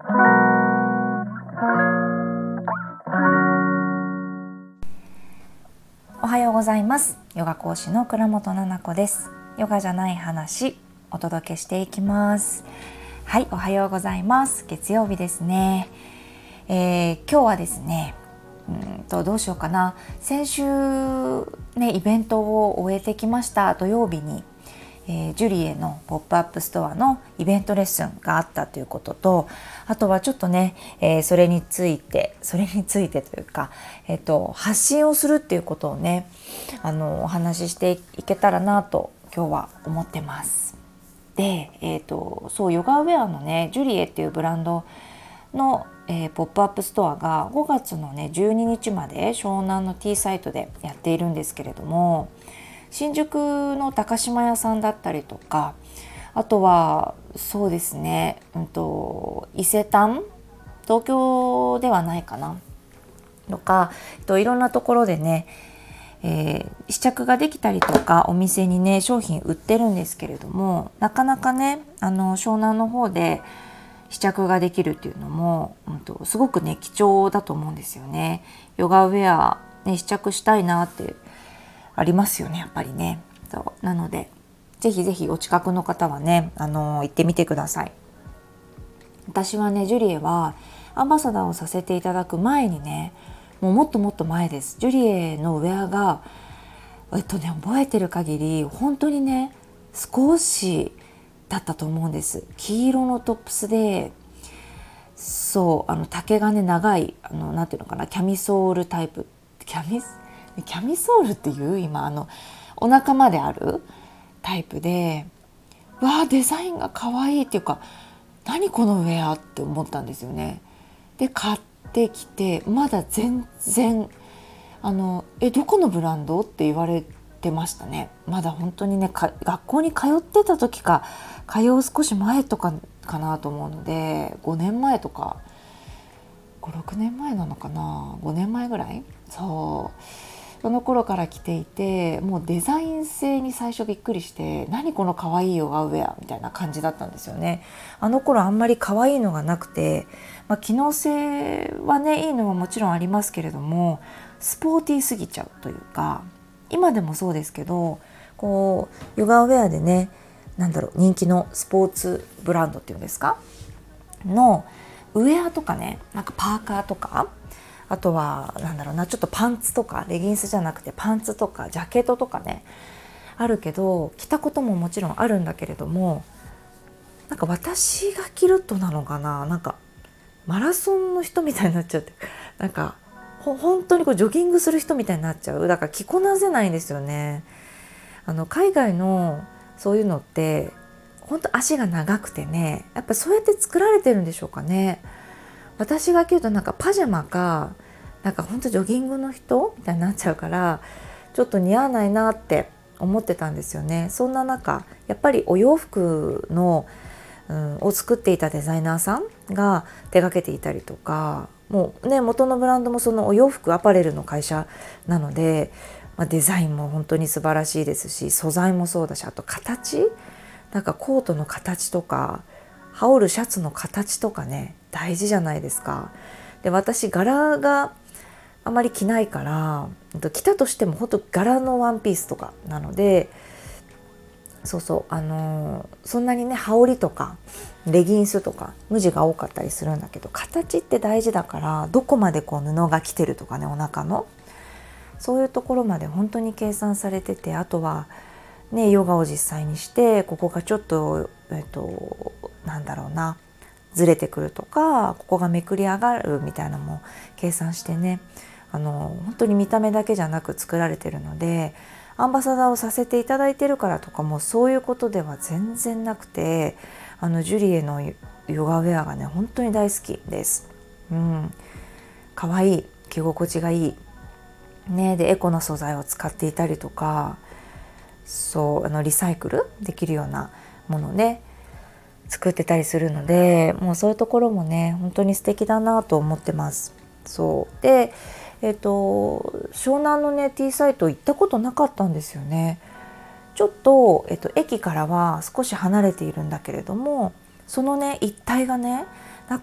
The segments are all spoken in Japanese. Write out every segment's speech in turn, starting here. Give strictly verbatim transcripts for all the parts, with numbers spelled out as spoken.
おはようございます。ヨガ講師の倉本々子です。ヨガじゃない話お届けしていきます。はい、おはようございます。月曜日ですね。えー、今日はですねうんとどうしようかな。先週ねイベントを終えてきました。土曜日に、えー、ジュリエのポップアップストアのイベントレッスンがあったということと、あとはちょっとね、えー、それについてそれについてというか、えーと、発信をするっていうことをねあのお話ししていけたらなと今日は思ってます。で、えーと、そうヨガウェアのねジュリエっていうブランドの、えー、ポップアップストアがごがつのねじゅうににちまで湘南の T サイトでやっているんですけれども、新宿の高島屋さんだったりとか、あとはそうですね、うんと、伊勢丹、東京ではないかなとか、えっと、いろんなところでね、えー、試着ができたりとかお店にね商品売ってるんですけれども、なかなかねあの湘南の方で試着ができるっていうのも、うんと、すごくね貴重だと思うんですよね。ヨガウェア、ね、試着したいなってありますよね、やっぱりね。そうなのでぜひぜひお近くの方はね、あの行ってみてください。私はねジュリエはアンバサダーをさせていただく前にね、もうもっともっと前です。ジュリエのウェアがえっとね覚えてる限り本当にね少しだったと思うんです。黄色のトップスで、そうあの丈がね長い、あのなんていうのかな、キャミソールタイプ、キャミキャミソールっていう今あのお腹まであるタイプで、わあデザインが可愛いっていうか、何このウェアって思ったんですよね。で買ってきて、まだ全然あのえどこのブランドって言われてましたね。まだ本当にねか学校に通ってた時か通う少し前とかかなと思うので、ごねんまえとかごろくねんまえなのかな、ごねんまえぐらい、そうその頃から着ていて、もうデザイン性に最初びっくりして、何この可愛いヨガウェアみたいな感じだったんですよね。あの頃あんまり可愛いのがなくて、まあ、機能性はねいいのはもちろんありますけれども、スポーティーすぎちゃうというか、今でもそうですけど、こうヨガウェアでね、なんだろう、人気のスポーツブランドっていうんですかのウェアとかね、なんかパーカーとか、あとはなんだろうな、ちょっとパンツとか、レギンスじゃなくてパンツとかジャケットとかねあるけど、着たことももちろんあるんだけれども、なんか私が着るとなのかな、なんかマラソンの人みたいになっちゃって、なんかほ本当にこうジョギングする人みたいになっちゃう。だから着こなせないんですよね。あの海外のそういうのって本当足が長くてね、やっぱそうやって作られてるんでしょうかね。私が着るとなんかパジャマか、なんか本当ジョギングの人みたいになっちゃうから、ちょっと似合わないなって思ってたんですよね。そんな中やっぱりお洋服の、うん、を作っていたデザイナーさんが手掛けていたりとか、もうね元のブランドもそのお洋服アパレルの会社なので、まあ、デザインも本当に素晴らしいですし、素材もそうだし、あと形、なんかコートの形とか羽織るシャツの形とかね大事じゃないですか。で私柄があまり着ないから、着たとしても本当柄のワンピースとかなので、そうそう、あのー、そんなにね羽織とかレギンスとか無地が多かったりするんだけど、形って大事だから、どこまでこう布が着てるとかね、お腹のそういうところまで本当に計算されてて、あとはねヨガを実際にしてここがちょっとえっとなんだろうなずれてくるとか、ここがめくり上がるみたいなのも計算してね、あの本当に見た目だけじゃなく作られてるので、アンバサダーをさせていただいてるからとかもそういうことでは全然なくて、あのジュリエのヨガウェアがね本当に大好きです。うん、かわいい、着心地がいいね。でエコの素材を使っていたりとか、そうあのリサイクルできるようなものね作ってたりするので、もうそういうところもね本当に素敵だなと思ってます。そうで、えっと湘南のね T サイト行ったことなかったんですよね。ちょっと、えっと、駅からは少し離れているんだけれども、そのね一帯がねなんか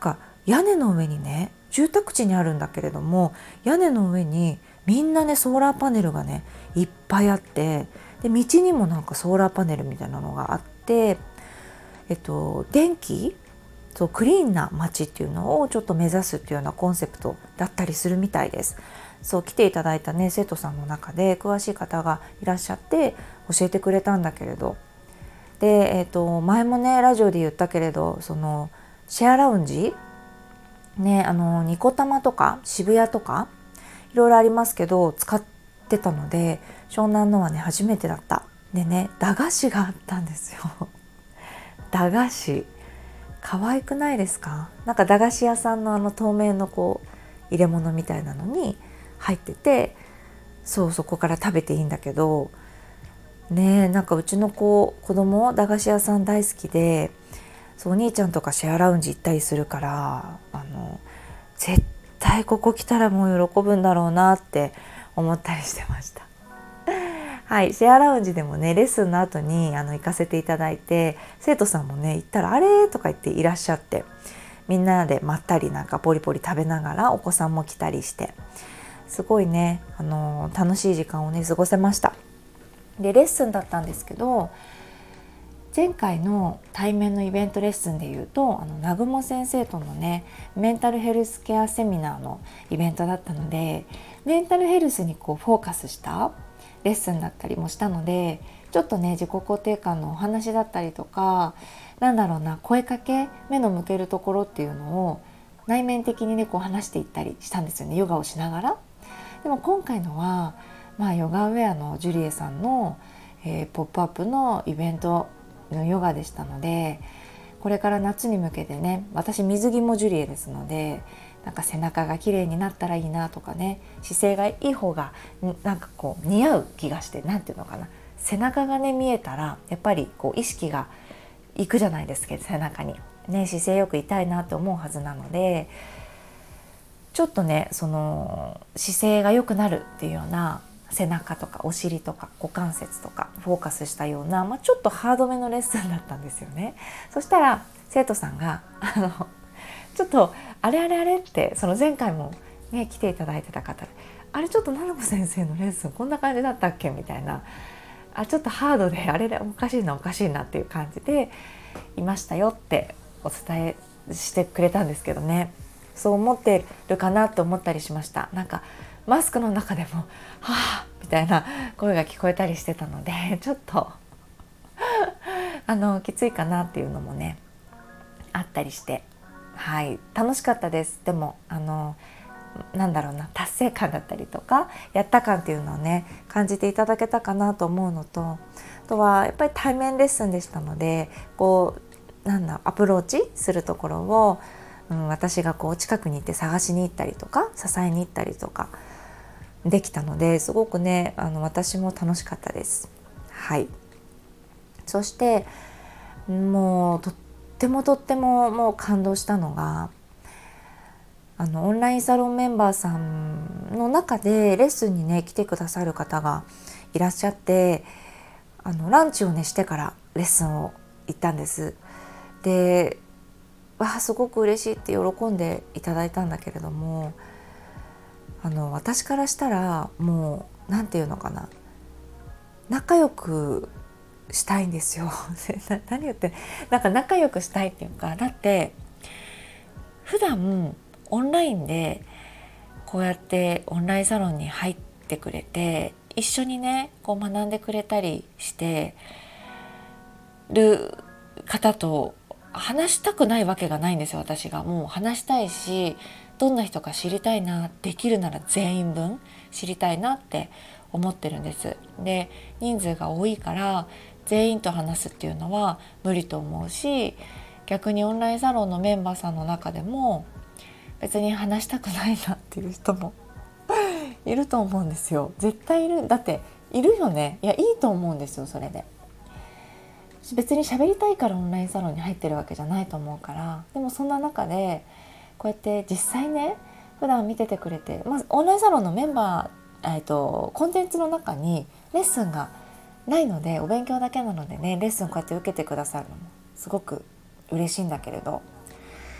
屋根の上にね、住宅地にあるんだけれども、屋根の上にみんなねソーラーパネルがねいっぱいあって、で道にもなんかソーラーパネルみたいなのがあって、えっと電気、そうクリーンな街っていうのをちょっと目指すっていうようなコンセプトだったりするみたいです。そう来ていただいたね生徒さんの中で詳しい方がいらっしゃって教えてくれたんだけれど、で、えっと前もねラジオで言ったけれど、そのシェアラウンジね、あのニコタマとか渋谷とかいろいろありますけど使ってたので、湘南のはね初めてだった。でね、駄菓子があったんですよ駄菓子可愛くないですか？なんか駄菓子屋さんのあの透明のこう入れ物みたいなのに入ってて、そうそこから食べていいんだけどね、なんかうちの子子供駄菓子屋さん大好きで、そうお兄ちゃんとかシェアラウンジ行ったりするから、あの絶対ここ来たらもう喜ぶんだろうなって思ったりしてましたはい、シェアラウンジでもねレッスンの後にあの行かせていただいて、生徒さんもね行ったらあれとか言っていらっしゃって、みんなでまったりなんかポリポリ食べながらお子さんも来たりして、すごいね、あの楽しい時間をね過ごせました。でレッスンだったんですけど、前回の対面のイベントレッスンでいうと、あの南雲先生とのねメンタルヘルスケアセミナーのイベントだったので、メンタルヘルスにこうフォーカスしたレッスンだったりもしたので、ちょっとね自己肯定感のお話だったりとか、なんだろうな、声かけ、目の向けるところっていうのを内面的にねこう話していったりしたんですよね、ヨガをしながら。でも今回のは、まあ、ヨガウェアのジュリエさんの、えー、ポップアップのイベントのヨガでしたので、これから夏に向けてね、私水着もジュリエですので、なんか背中が綺麗になったらいいなとかね、姿勢がいい方がなんかこう似合う気がして、なんていうのかな、背中がね見えたらやっぱりこう意識がいくじゃないですか、背中にね、姿勢よくいたいなって思うはずなので、ちょっとねその姿勢が良くなるっていうような背中とかお尻とか股関節とかフォーカスしたような、まあ、ちょっとハードめのレッスンだったんですよね。そしたら生徒さんがあのちょっとあれあれあれって、その前回もね来ていただいてた方で、あれちょっと奈々子先生のレッスンこんな感じだったっけみたいな、あちょっとハードであれでおかしいなおかしいなっていう感じでいましたよってお伝えしてくれたんですけどね、そう思ってるかなと思ったりしました。なんかマスクの中でもはぁみたいな声が聞こえたりしてたので、ちょっとあのきついかなっていうのもねあったりして、はい楽しかったです。でもあのなんだろうな、達成感だったりとかやった感っていうのをね感じていただけたかなと思うのと、あとはやっぱり対面レッスンでしたので、こうなんだアプローチするところを、うん、私がこう近くに行って探しに行ったりとか支えに行ったりとかできたので、すごくねあの私も楽しかったです。はい。そしてもうとってもとってももう感動したのが、あのオンラインサロンメンバーさんの中でレッスンにね来てくださる方がいらっしゃって、あのランチをねしてからレッスンを行ったんです。で、わあすごく嬉しいって喜んでいただいたんだけれども、あの私からしたらもうなんていうのかな、仲良くしたいんですよ何言ってなんか仲良くしたいっていうか、だって普段オンラインでこうやってオンラインサロンに入ってくれて一緒にねこう学んでくれたりしてる方と話したくないわけがないんですよ。私がもう話したいし、どんな人か知りたいな、できるなら全員分知りたいなって思ってるんです。で、人数が多いから全員と話すっていうのは無理と思うし、逆にオンラインサロンのメンバーさんの中でも別に話したくないなっていう人もいると思うんですよ。絶対いる。だっているよね。いやいいと思うんですよ。それで別に喋りたいからオンラインサロンに入ってるわけじゃないと思うから。でもそんな中でこうやって実際ね普段見ててくれて、まずオンラインサロンのメンバー、えーと、コンテンツの中にレッスンがないので、お勉強だけなのでねレッスンこうやって受けてくださるのもすごく嬉しいんだけれど、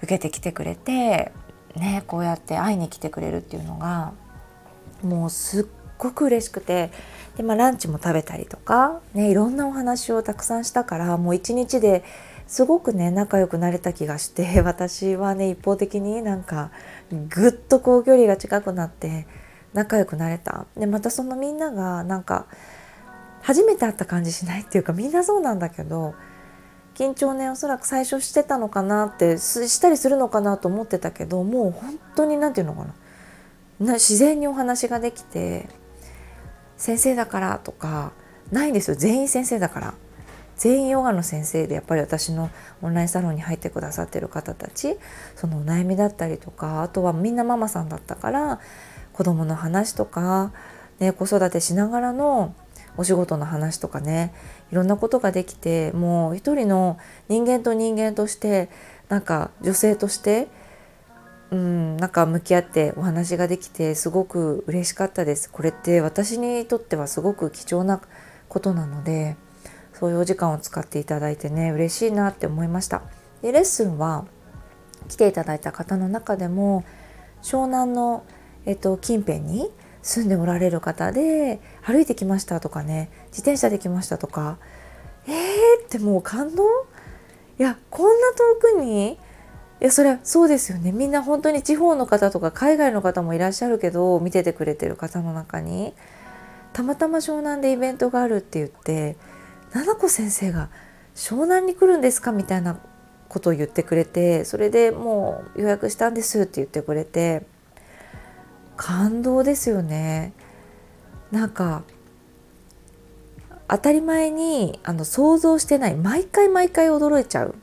受けてきてくれて、ね、こうやって会いに来てくれるっていうのがもうすっごく嬉しくて、で、まあ、ランチも食べたりとか、ね、いろんなお話をたくさんしたから、もう一日ですごくね仲良くなれた気がして、私はね一方的になんかぐっとこう距離が近くなって仲良くなれた。でまたそのみんながなんか初めて会った感じしないっていうか、みんなそうなんだけど、緊張ねおそらく最初してたのかなってしたりするのかなと思ってたけど、もう本当になんていうのかな、な自然にお話ができて、先生だからとかないんですよ。全員先生だから、全員ヨガの先生で、やっぱり私のオンラインサロンに入ってくださってる方たち、そのお悩みだったりとか、あとはみんなママさんだったから、子供の話とか、ね、子育てしながらのお仕事の話とかね、いろんなことができて、もう一人の人間と人間として、なんか女性としてうん、なんか向き合ってお話ができて、すごく嬉しかったです。これって私にとってはすごく貴重なことなので、そういうお時間を使っていただいてね、嬉しいなって思いました。でレッスンは来ていただいた方の中でも湘南の、えっと、近辺に住んでおられる方で、歩いてきましたとかね、自転車で来ましたとか、えーってもう感動。いやこんな遠くに、いやそれはそうですよね。みんな本当に地方の方とか海外の方もいらっしゃるけど、見ててくれてる方の中にたまたま湘南でイベントがあるって言って、ななこ先生が湘南に来るんですかみたいなことを言ってくれて、それでもう予約したんですって言ってくれて、感動ですよね。なんか当たり前にあの想像してない、毎回毎回驚いちゃう、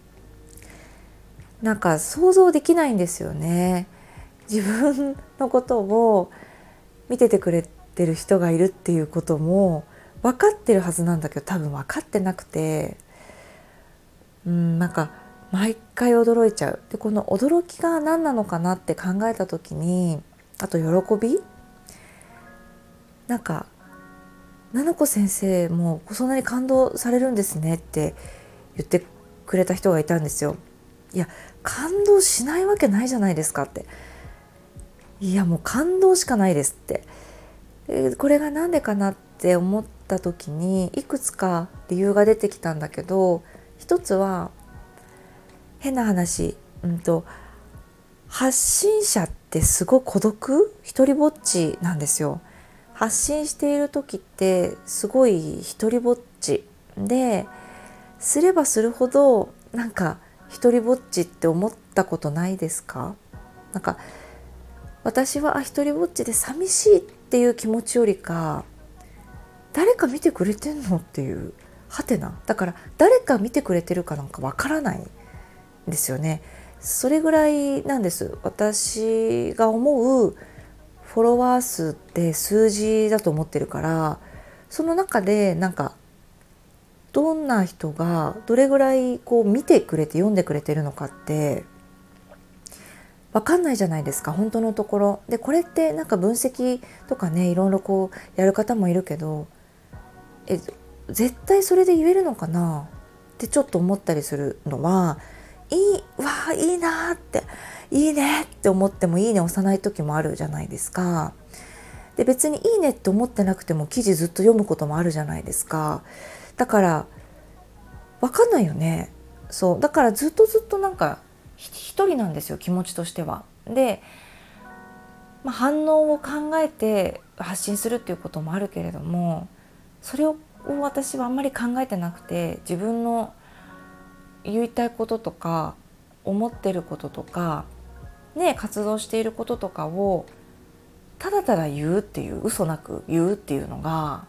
なんか想像できないんですよね。自分のことを見ててくれてる人がいるっていうことも分かってるはずなんだけど、多分分かってなくて、うん、なんか毎回驚いちゃう。でこの驚きが何なのかなって考えた時に、あと喜び、なんかななこ先生もそんなに感動されるんですねって言ってくれた人がいたんですよ。いや感動しないわけないじゃないですかって。いやもう感動しかないですって。でこれがなんでかなって思った時に、いくつか理由が出てきたんだけど、一つは変な話、うんと発信者ってすごい孤独、一人ぼっちなんですよ。発信している時ってすごい一人ぼっちで、すればするほどなんか一人ぼっちって思ったことないですか？なんか私は一人ぼっちで寂しいっていう気持ちよりか、誰か見てくれてんのっていうハテナだから、誰か見てくれてるかなんかわからないんですよね。それぐらいなんです。私が思うフォロワー数って数字だと思ってるから、その中でなんかどんな人がどれぐらいこう見てくれて読んでくれてるのかって分かんないじゃないですか、本当のところで。これってなんか分析とかね、いろいろこうやる方もいるけど、え絶対それで言えるのかなってちょっと思ったりするのは、いいわあいいなっていいねって思ってもいいね押さない時もあるじゃないですか。で別にいいねって思ってなくても記事ずっと読むこともあるじゃないですか。だから分かんないよね。そうだからずっとずっとなんか一人なんですよ、気持ちとしては。で、まあ、反応を考えて発信するっていうこともあるけれども、それを私はあんまり考えてなくて、自分の言いたいこととか思ってることとかね、活動していることとかをただただ言うっていう、嘘なく言うっていうのが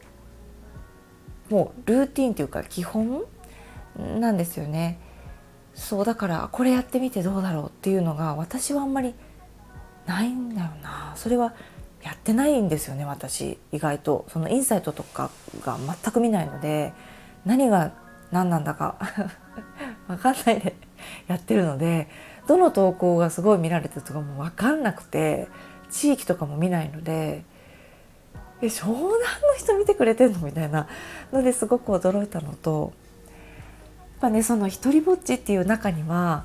もうルーティンというか基本なんですよね。そうだからこれやってみてどうだろうっていうのが私はあんまりないんだよな。それはやってないんですよね、私。意外とそのインサイトとかが全く見ないので、何が何なんだか分かんないでやってるので、どの投稿がすごい見られてるとかも分かんなくて、地域とかも見ないので、え湘南の人見てくれてんのみたいなのですごく驚いたのと、やっぱねその一人ぼっちっていう中には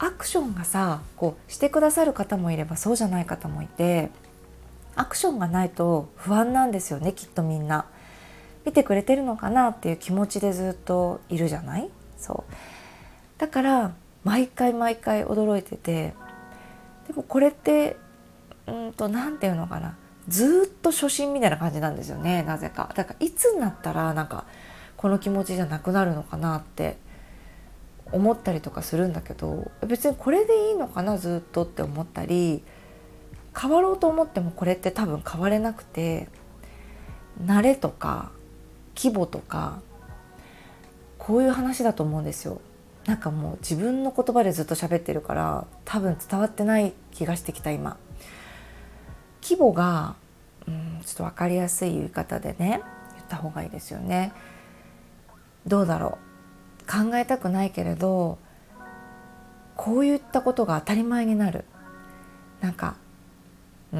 アクションがさこうしてくださる方もいればそうじゃない方もいて、アクションがないと不安なんですよね。きっとみんな見てくれてるのかなっていう気持ちでずっといるじゃない。そうだから毎回毎回驚いてて、でもこれってうんとなんていうのかな、ずっと初心みたいな感じなんですよね。なぜかだからいつになったらなんかこの気持ちじゃなくなるのかなって思ったりとかするんだけど、別にこれでいいのかなずっとって思ったり、変わろうと思ってもこれって多分変われなくて、慣れとか規模とかこういう話だと思うんですよ。なんかもう自分の言葉でずっと喋ってるから多分伝わってない気がしてきた今。規模が、うん、ちょっと分かりやすい言い方でね言った方がいいですよね。どうだろう、考えたくないけれどこういったことが当たり前になる。なんか、うん、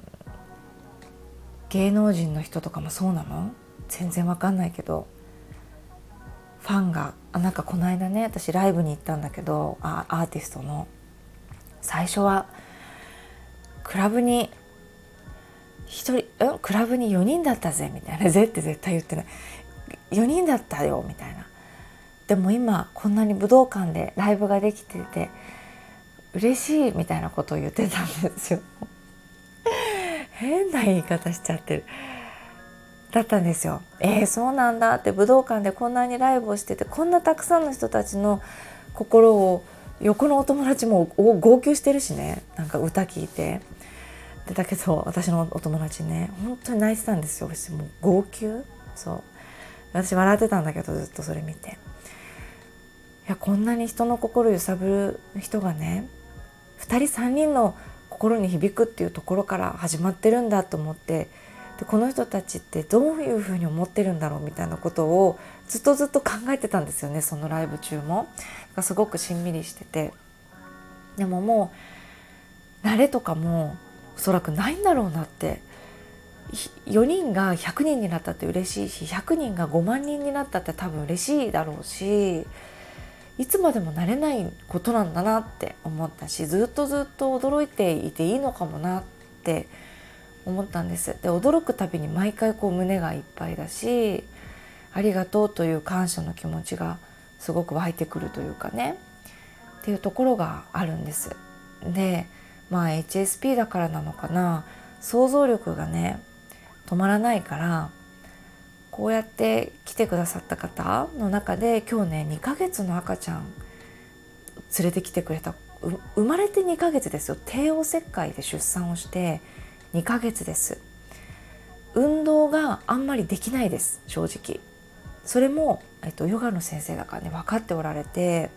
芸能人の人とかもそうなの？全然分かんないけど、ファンがあなんかこの間ね私ライブに行ったんだけど、あアーティストの最初はクラブに一人うんクラブによにんだったぜみたいな、ぜって絶対言ってない、よにんだったよみたいな。でも今こんなに武道館でライブができてて嬉しいみたいなことを言ってたんですよ変な言い方しちゃってるだったんですよ。えー、そうなんだって、武道館でこんなにライブをしててこんなたくさんの人たちの心を横のお友達も号泣してるしね、なんか歌聞いてでだけど私のお友達ね本当に泣いてたんですよ。私もう号泣。そう私笑ってたんだけどずっとそれ見て、いやこんなに人の心揺さぶる人がねふたりさんにんの心に響くっていうところから始まってるんだと思って、でこの人たちってどういうふうに思ってるんだろうみたいなことをずっとずっと考えてたんですよね。そのライブ中もすごくしんみりしてて、でももう慣れとかもおそらくないんだろうなって、よにんがひゃくにんになったって嬉しいし、ひゃくにんがごまんにんになったって多分嬉しいだろうし、いつまでも慣れないことなんだなって思ったし、ずっとずっと驚いていていいのかもなって思ったんです。で驚くたびに毎回こう胸がいっぱいだし、ありがとうという感謝の気持ちがすごく湧いてくるというかねっていうところがあるんです。でまあ エイチエスピー だからなのかな、想像力がね止まらないから、こうやって来てくださった方の中で今日ねにかげつの赤ちゃん連れてきてくれた。生まれてにかげつですよ。帝王切開で出産をしてにかげつです。運動があんまりできないです正直。それも、えっと、ヨガの先生だからね分かっておられて、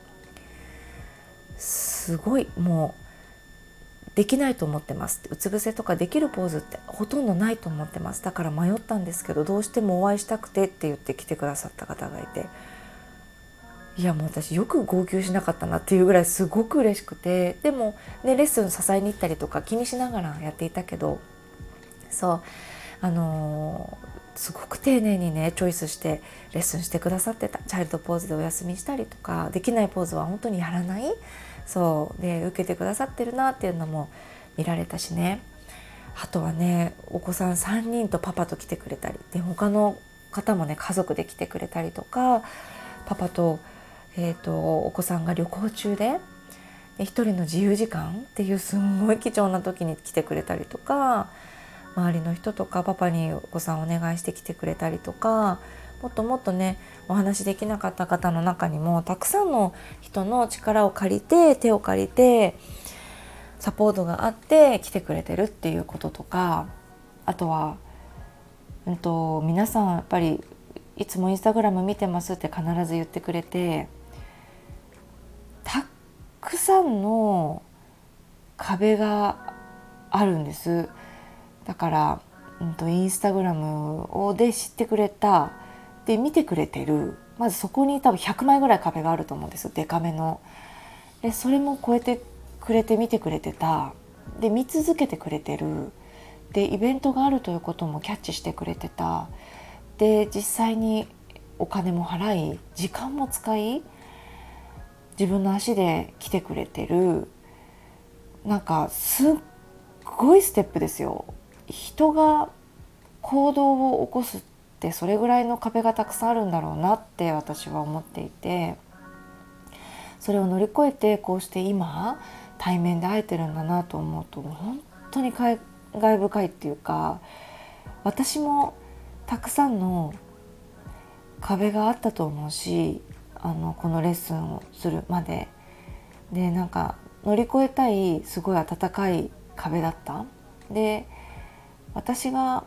すごいもうできないと思ってます。うつ伏せとかできるポーズってほとんどないと思ってます。だから迷ったんですけどどうしてもお会いしたくてって言って来てくださった方がいて、いやもう私よく号泣しなかったなっていうぐらいすごく嬉しくて、でもねレッスン支えに行ったりとか気にしながらやっていたけど、そうあのー、すごく丁寧にねチョイスしてレッスンしてくださってた。チャイルドポーズでお休みしたりとか、できないポーズは本当にやらない、そうで受けてくださってるなっていうのも見られたしね。あとはねお子さんさんにんとパパと来てくれたりで、他の方もね家族で来てくれたりとか、パパと、えーと、お子さんが旅行中で一人の自由時間っていうすんごい貴重な時に来てくれたりとか、周りの人とかパパにお子さんお願いして来てくれたりとか、もっともっとねお話できなかった方の中にもたくさんの人の力を借りて手を借りてサポートがあって来てくれてるっていうこととか、あとは、うんと、皆さんやっぱりいつもインスタグラム見てますって必ず言ってくれて、たくさんの壁があるんです。だから、うんと、インスタグラムをで知ってくれたで見てくれてる、まずそこに多分ひゃくまいぐらい壁があると思うんですよ、デカめの。でそれも超えてくれて見てくれてた、で見続けてくれてる、でイベントがあるということもキャッチしてくれてた、で実際にお金も払い時間も使い自分の足で来てくれてる、なんかすっごいステップですよ。人が行動を起こすってそれぐらいの壁がたくさんあるんだろうなって私は思っていて、それを乗り越えてこうして今対面で会えてるんだなと思うと本当に感慨深いっていうか、私もたくさんの壁があったと思うし、あのこのレッスンをするまでで、なんか乗り越えたいすごい温かい壁だった。で、私が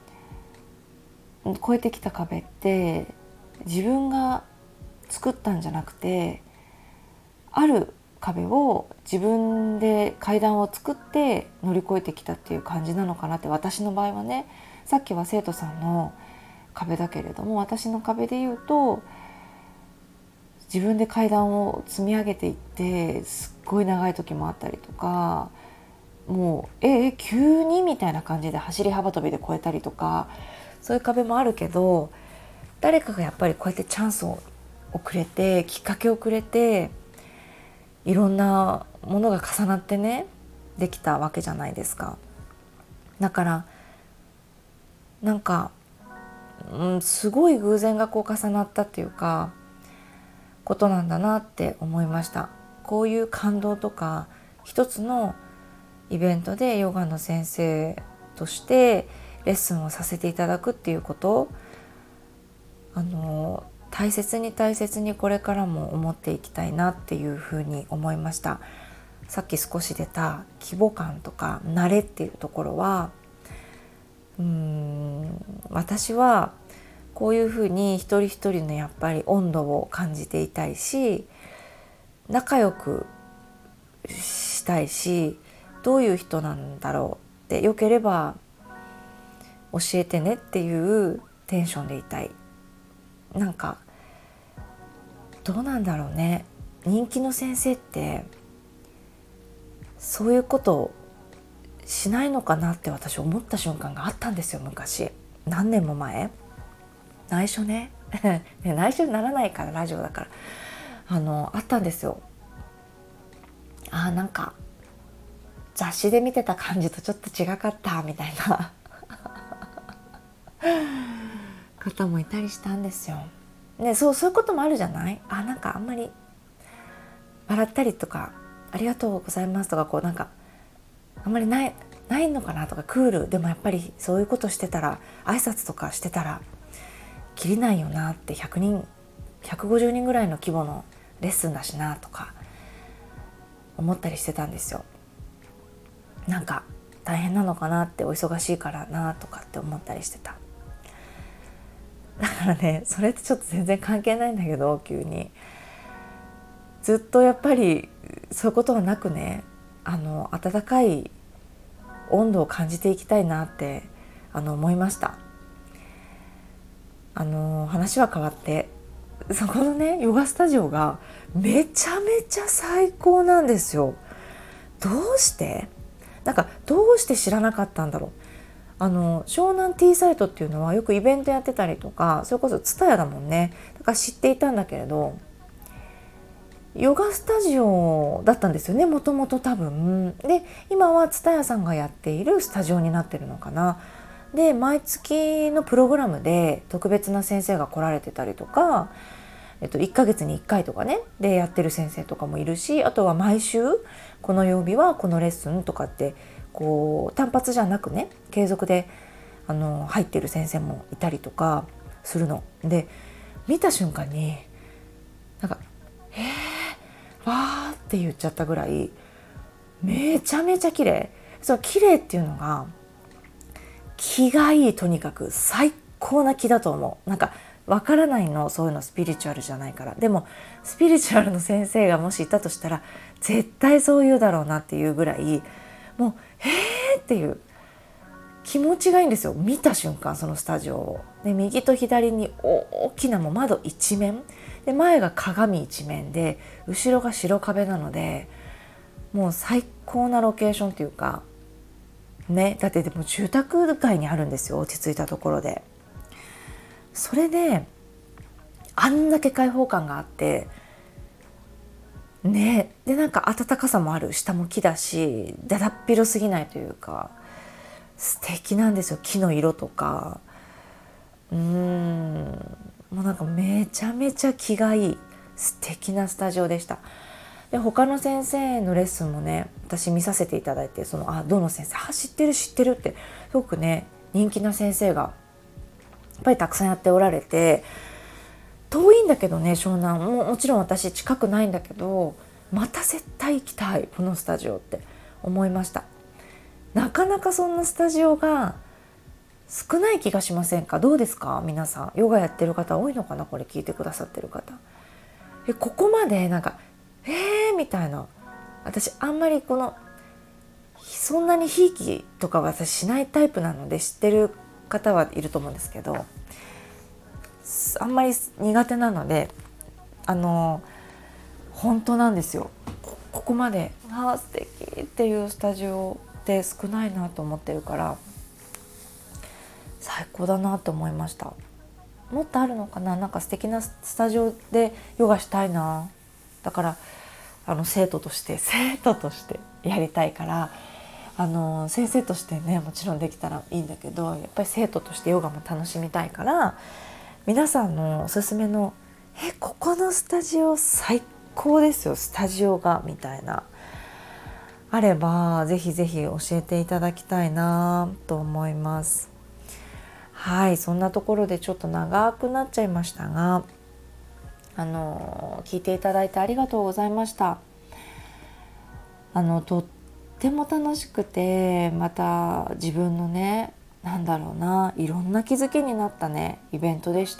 越えてきた壁って自分が作ったんじゃなくて、ある壁を自分で階段を作って乗り越えてきたっていう感じなのかなって、私の場合はね。さっきは生徒さんの壁だけれども、私の壁で言うと自分で階段を積み上げていってすっごい長い時もあったりとか、もうええ急にみたいな感じで走り幅跳びで越えたりとか、そういう壁もあるけど、誰かがやっぱりこうやってチャンスをくれて、きっかけをくれて、いろんなものが重なってねできたわけじゃないですか。だからなんか、うん、すごい偶然がこう重なったっていうかことなんだなって思いました。こういう感動とか、一つのイベントでヨガの先生としてレッスンをさせていただくっていうこと、あの大切に大切にこれからも思っていきたいなっていうふうに思いました。さっき少し出た規模感とか慣れっていうところは、うーん私はこういうふうに一人一人のやっぱり温度を感じていたいし、仲良くしたいし、どういう人なんだろうって、よければ教えてねっていうテンションでいたい。なんかどうなんだろうね、人気の先生ってそういうことをしないのかなって私思った瞬間があったんですよ。昔、何年も前、内緒ね内緒にならないから、ラジオだから、あのあったんですよ。あーなんか雑誌で見てた感じとちょっと違かったみたいな方もいたりしたんですよ。で、そうそういうこともあるじゃない。あ、なんかあんまり笑ったりとか、ありがとうございますとか、こうなんかあんまりないないのかなとか、クールでもやっぱりそういうことしてたら、挨拶とかしてたらきりないよなって、ひゃくにんひゃくごじゅうにんぐらいの規模のレッスンだしなとか思ったりしてたんですよ。なんか大変なのかなって、お忙しいからなとかって思ったりしてた。だからね、それってちょっと全然関係ないんだけど、急にずっとやっぱりそういうことはなくね、あの温かい温度を感じていきたいなってあの思いました。あの話は変わって、そこのねヨガスタジオがめちゃめちゃ最高なんですよ。どうしてなんかどうして知らなかったんだろう。あの湘南 T サイトっていうのはよくイベントやってたりとか、それこそツタヤだもんね。だから知っていたんだけれど、ヨガスタジオだったんですよね、もともと多分。で、今はツタヤさんがやっているスタジオになってるのかな。で、毎月のプログラムで特別な先生が来られてたりとか、えっと、いっかげつにいっかいとかねでやってる先生とかもいるし、あとは毎週この曜日はこのレッスンとかって、こう単発じゃなくね、継続であの入ってる先生もいたりとかするので、見た瞬間になんかえー、わーって言っちゃったぐらいめちゃめちゃ綺麗。そう綺麗っていうのが、気がいい、とにかく最高な気だと思う。なんかわからないの、そういうのスピリチュアルじゃないから。でもスピリチュアルの先生がもしいたとしたら絶対そう言うだろうなっていうぐらい、もうへーっていう気持ちがいいんですよ。見た瞬間そのスタジオをで、右と左に大きなもう窓一面で、前が鏡一面で後ろが白壁なので、もう最高なロケーションっていうかね。だってでも住宅街にあるんですよ、落ち着いたところで。それであんだけ開放感があって、 ね、でなんか暖かさもある、下も木だしだだっ広すぎないというか素敵なんですよ。木の色とかうーんもうなんかめちゃめちゃ気がいい素敵なスタジオでした。で他の先生のレッスンもね私見させていただいて、そのあどの先生あ知ってる知ってるってすごくね人気な先生がやっぱりたくさんやっておられて、遠いんだけどね湘南 も, もちろん私近くないんだけどまた絶対行きたいこのスタジオって思いました。なかなかそんなスタジオが少ない気がしませんか？どうですか皆さん、ヨガやってる方多いのかな、これ聞いてくださってる方。えここまでなんかえーみたいな、私あんまりこのそんなにひいきとかは私しないタイプなので知ってる方はいると思うんですけど、あんまり苦手なのであの本当なんですよ。 こ, ここまであー素敵っていうスタジオって少ないなと思ってるから最高だなと思いました。もっとあるのかな、なんか素敵なスタジオでヨガしたいな。だからあの生徒として生徒としてやりたいから、あの先生としてねもちろんできたらいいんだけど、やっぱり生徒としてヨガも楽しみたいから、皆さんのおすすめのえここのスタジオ最高ですよスタジオがみたいなあればぜひぜひ教えていただきたいなと思います。はい、そんなところでちょっと長くなっちゃいましたが、あの聞いていただいてありがとうございました。あのとっても楽しくて、また自分のねなんだろうないろんな気づきになったねイベントでした。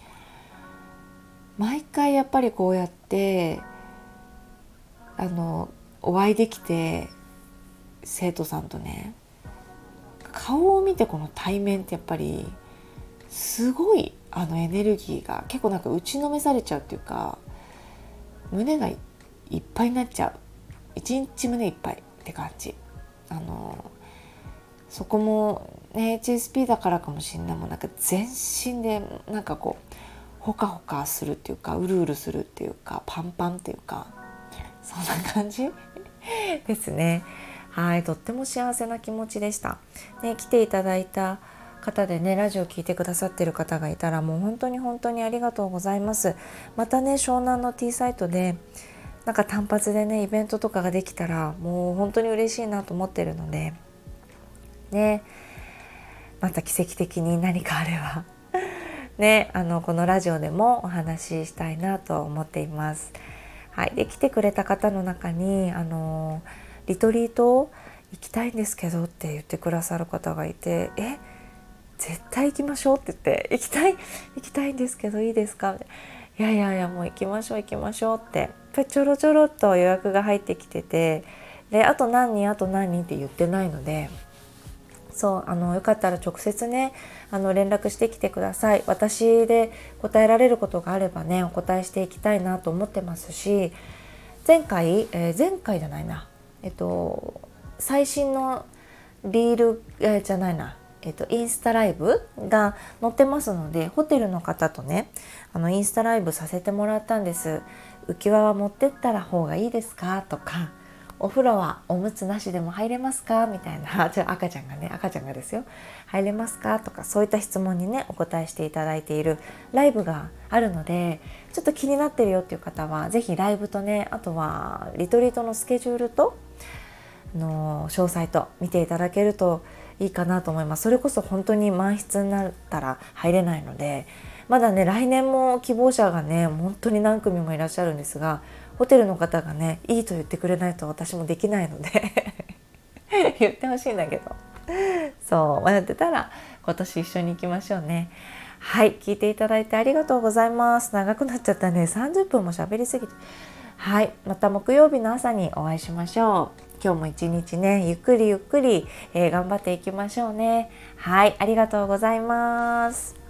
毎回やっぱりこうやってあのお会いできて生徒さんとね顔を見てこの対面ってやっぱりすごいあのエネルギーが結構なんか打ちのめされちゃうっていうか、胸がいっぱいになっちゃう、一日胸いっぱいって感じ。あのそこも、ね、エイチエスピー だからかもしれない、もうなんか全身でなんかこうほかほかするっていうかうるうるするっていうかパンパンっていうかそんな感じですね。はい、とっても幸せな気持ちでした、ね、来ていただいた方でねラジオ聞いてくださってる方がいたらもう本当に本当にありがとうございます。またね湘南の T サイトでなんか単発でねイベントとかができたらもう本当に嬉しいなと思ってるのでね、また奇跡的に何かあればね、あのこのラジオでもお話ししたいなと思っています。はい、で来てくれた方の中にあのリトリート行きたいんですけどって言ってくださる方がいて、え絶対行きましょうって言って行きたい行きたいんですけどいいですか、いやいやいやもう行きましょう行きましょうってやっぱりちょろちょろっと予約が入ってきてて、であと何人あと何人って言ってないので、そうあのよかったら直接ねあの連絡してきてください。私で答えられることがあればねお答えしていきたいなと思ってますし、前回、えー、前回じゃないなえっと最新のリール、えー、じゃないなえっとインスタライブが載ってますので、ホテルの方とねあのインスタライブさせてもらったんです。浮き輪は持ってったら方がいいですかとか、お風呂はおむつなしでも入れますかみたいな赤ちゃんがね赤ちゃんがですよ入れますかとか、そういった質問にねお答えしていただいているライブがあるので、ちょっと気になってるよっていう方はぜひライブとね、あとはリトリートのスケジュールとの詳細と見ていただけるといいかなと思います。それこそ本当に満室になったら入れないので、まだね来年も希望者がね本当に何組もいらっしゃるんですが、ホテルの方がねいいと言ってくれないと私もできないので言ってほしいんだけど、そう迷ってたら今年一緒に行きましょうね。はい、聞いていただいてありがとうございます。長くなっちゃったね、さんじゅっぷんも喋りすぎて。はい、また木曜日の朝にお会いしましょう。今日も一日ねゆっくりゆっくり、えー、頑張っていきましょうね。はい、ありがとうございます。